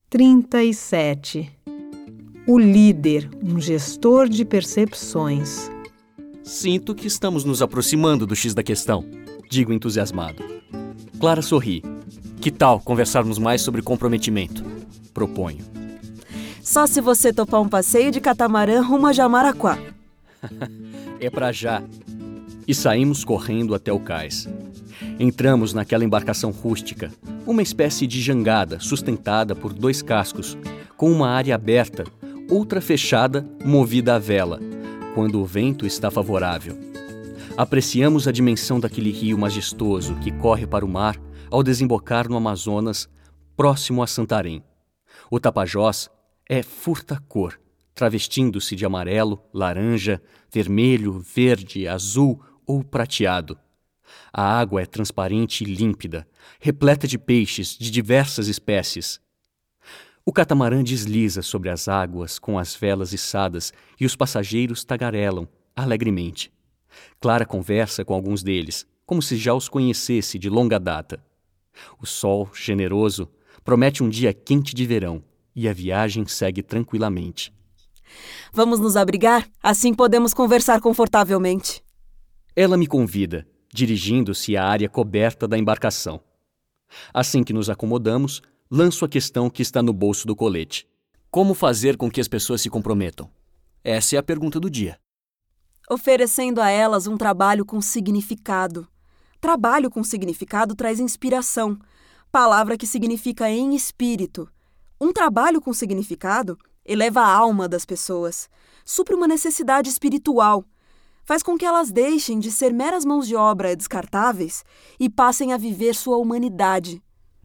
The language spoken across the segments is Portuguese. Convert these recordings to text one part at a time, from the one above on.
37. O líder, um gestor de percepções. Sinto que estamos nos aproximando do X da questão, digo entusiasmado. Clara sorri. Que tal conversarmos mais sobre comprometimento? Proponho. Só se você topar um passeio de catamarã rumo a Jamaraquá. É pra já. E saímos correndo até o cais. Entramos naquela embarcação rústica, uma espécie de jangada sustentada por 2 cascos, com uma área aberta, outra fechada, movida à vela, quando o vento está favorável. Apreciamos a dimensão daquele rio majestoso que corre para o mar ao desembocar no Amazonas, próximo a Santarém. O Tapajós é furta-cor, travestindo-se de amarelo, laranja, vermelho, verde, azul ou prateado. A água é transparente e límpida, repleta de peixes de diversas espécies. O catamarã desliza sobre as águas com as velas içadas e os passageiros tagarelam alegremente. Clara conversa com alguns deles, como se já os conhecesse de longa data. O sol, generoso, promete um dia quente de verão e a viagem segue tranquilamente. Vamos nos abrigar? Assim podemos conversar confortavelmente. Ela me convida, dirigindo-se à área coberta da embarcação. Assim que nos acomodamos, lanço a questão que está no bolso do colete. Como fazer com que as pessoas se comprometam? Essa é a pergunta do dia. Oferecendo a elas um trabalho com significado. Trabalho com significado traz inspiração, palavra que significa em espírito. Um trabalho com significado eleva a alma das pessoas, supre uma necessidade espiritual, faz com que elas deixem de ser meras mãos de obra descartáveis e passem a viver sua humanidade.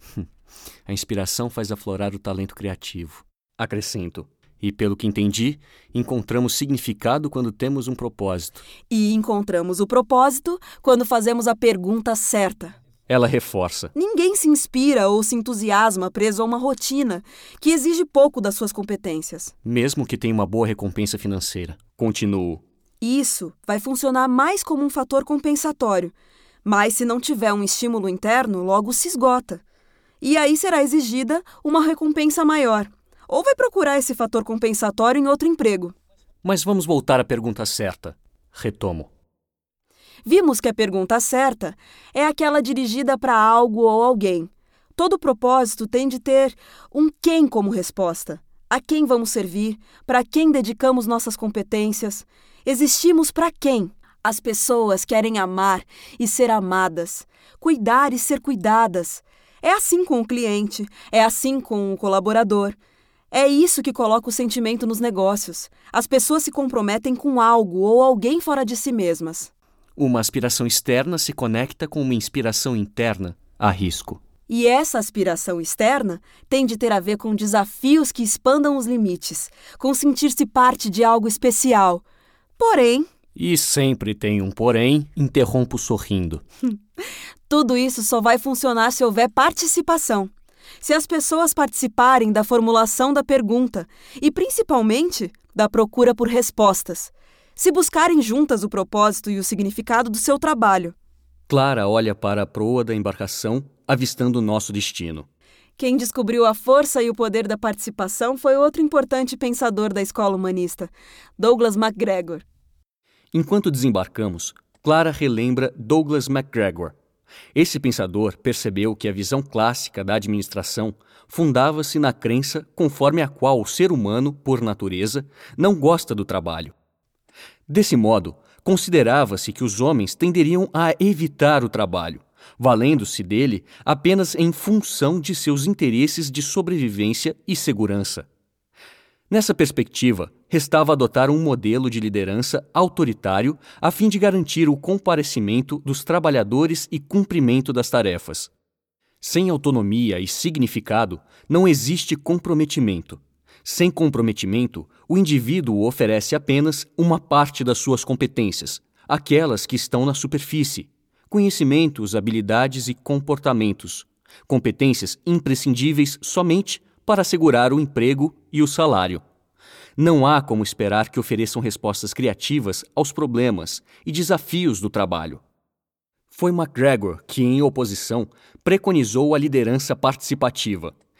A inspiração faz aflorar o talento criativo. Acrescento. E, pelo que entendi, encontramos significado quando temos um propósito. E encontramos o propósito quando fazemos a pergunta certa. Ela reforça. Ninguém se inspira ou se entusiasma preso a uma rotina que exige pouco das suas competências. Mesmo que tenha uma boa recompensa financeira. Continuo. Isso vai funcionar mais como um fator compensatório, mas se não tiver um estímulo interno, logo se esgota. E aí será exigida uma recompensa maior. Ou vai procurar esse fator compensatório em outro emprego. Mas vamos voltar à pergunta certa. Retomo. Vimos que a pergunta certa é aquela dirigida para algo ou alguém. Todo propósito tem de ter um quem como resposta. A quem vamos servir? Para quem dedicamos nossas competências? Existimos para quem? As pessoas querem amar e ser amadas, cuidar e ser cuidadas. É assim com o cliente, é assim com o colaborador. É isso que coloca o sentimento nos negócios. As pessoas se comprometem com algo ou alguém fora de si mesmas. Uma aspiração externa se conecta com uma inspiração interna. Arrisco. E essa aspiração externa tem de ter a ver com desafios que expandam os limites, com sentir-se parte de algo especial. Porém... E sempre tem um porém, interrompo sorrindo. Tudo isso só vai funcionar se houver participação. Se as pessoas participarem da formulação da pergunta e, principalmente, da procura por respostas. Se buscarem juntas o propósito e o significado do seu trabalho. Clara olha para a proa da embarcação, avistando o nosso destino. Quem descobriu a força e o poder da participação foi outro importante pensador da escola humanista, Douglas MacGregor. Enquanto desembarcamos, Clara relembra Douglas MacGregor. Esse pensador percebeu que a visão clássica da administração fundava-se na crença conforme a qual o ser humano, por natureza, não gosta do trabalho. Desse modo, considerava-se que os homens tenderiam a evitar o trabalho, valendo-se dele apenas em função de seus interesses de sobrevivência e segurança. Nessa perspectiva, restava adotar um modelo de liderança autoritário a fim de garantir o comparecimento dos trabalhadores e cumprimento das tarefas. Sem autonomia e significado, não existe comprometimento. Sem comprometimento, o indivíduo oferece apenas uma parte das suas competências, aquelas que estão na superfície, conhecimentos, habilidades e comportamentos, competências imprescindíveis somente para assegurar o emprego e o salário. Não há como esperar que ofereçam respostas criativas aos problemas e desafios do trabalho. Foi MacGregor que, em oposição, preconizou a liderança participativa,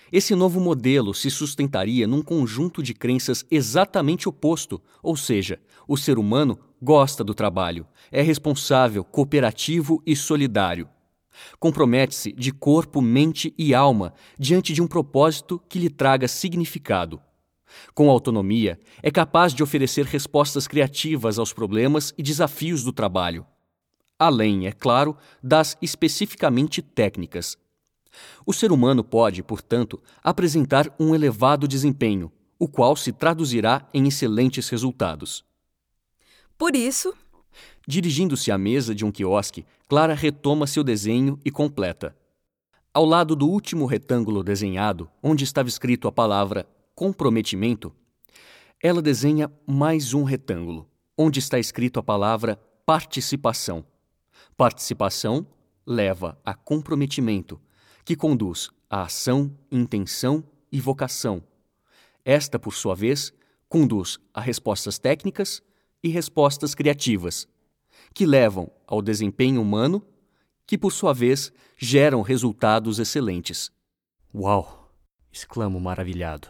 Esse novo modelo se sustentaria num conjunto de crenças exatamente oposto, ou seja, o ser humano gosta do trabalho, é responsável, cooperativo e solidário. Compromete-se de corpo, mente e alma diante de um propósito que lhe traga significado. Com autonomia, é capaz de oferecer respostas criativas aos problemas e desafios do trabalho. Além, é claro, das especificamente técnicas. O ser humano pode, portanto, apresentar um elevado desempenho, o qual se traduzirá em excelentes resultados. Por isso, dirigindo-se à mesa de um quiosque, Clara retoma seu desenho e completa. Ao lado do último retângulo desenhado, onde estava escrito a palavra comprometimento, ela desenha mais um retângulo, onde está escrito a palavra participação. Participação leva a comprometimento, que conduz a ação, intenção e vocação. Esta, por sua vez, conduz a respostas técnicas e respostas criativas, que levam ao desempenho humano, que, por sua vez, geram resultados excelentes. Uau! Exclamo maravilhado.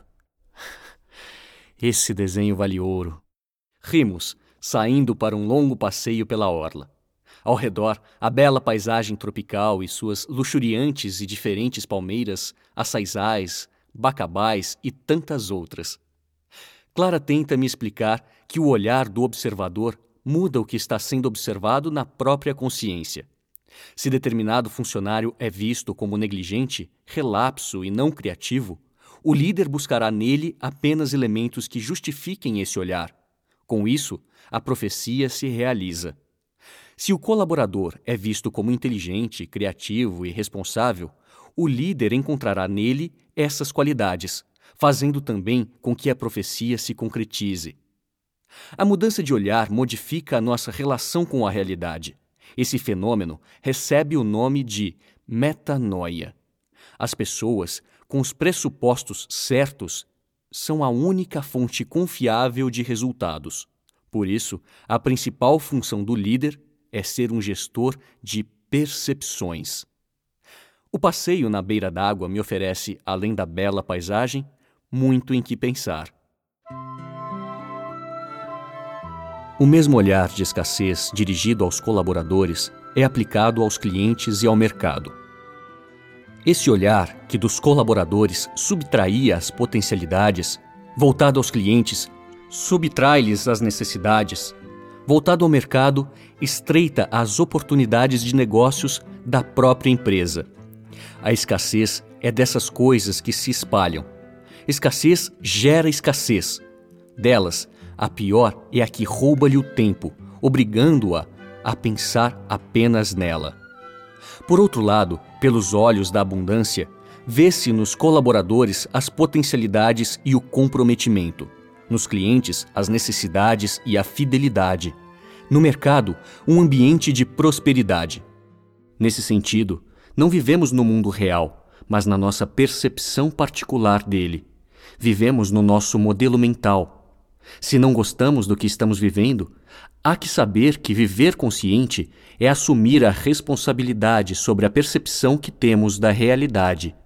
Esse desenho vale ouro. Rimos, saindo para um longo passeio pela orla. Ao redor, a bela paisagem tropical e suas luxuriantes e diferentes palmeiras, açaizais, bacabais e tantas outras. Clara tenta me explicar que o olhar do observador muda o que está sendo observado na própria consciência. Se determinado funcionário é visto como negligente, relapso e não criativo, o líder buscará nele apenas elementos que justifiquem esse olhar. Com isso, a profecia se realiza. Se o colaborador é visto como inteligente, criativo e responsável, o líder encontrará nele essas qualidades, fazendo também com que a profecia se concretize. A mudança de olhar modifica a nossa relação com a realidade. Esse fenômeno recebe o nome de metanoia. As pessoas, com os pressupostos certos, são a única fonte confiável de resultados. Por isso, a principal função do líder é ser um gestor de percepções. O passeio na beira d'água me oferece, além da bela paisagem, muito em que pensar. O mesmo olhar de escassez dirigido aos colaboradores é aplicado aos clientes e ao mercado. Esse olhar que dos colaboradores subtraía as potencialidades, voltado aos clientes, subtrai-lhes as necessidades, voltado ao mercado, estreita as oportunidades de negócios da própria empresa. A escassez é dessas coisas que se espalham. Escassez gera escassez. Delas, a pior é a que rouba-lhe o tempo, obrigando-a a pensar apenas nela. Por outro lado, pelos olhos da abundância, vê-se nos colaboradores as potencialidades e o comprometimento. Nos clientes, as necessidades e a fidelidade. No mercado, um ambiente de prosperidade. Nesse sentido, não vivemos no mundo real, mas na nossa percepção particular dele. Vivemos no nosso modelo mental. Se não gostamos do que estamos vivendo, há que saber que viver consciente é assumir a responsabilidade sobre a percepção que temos da realidade.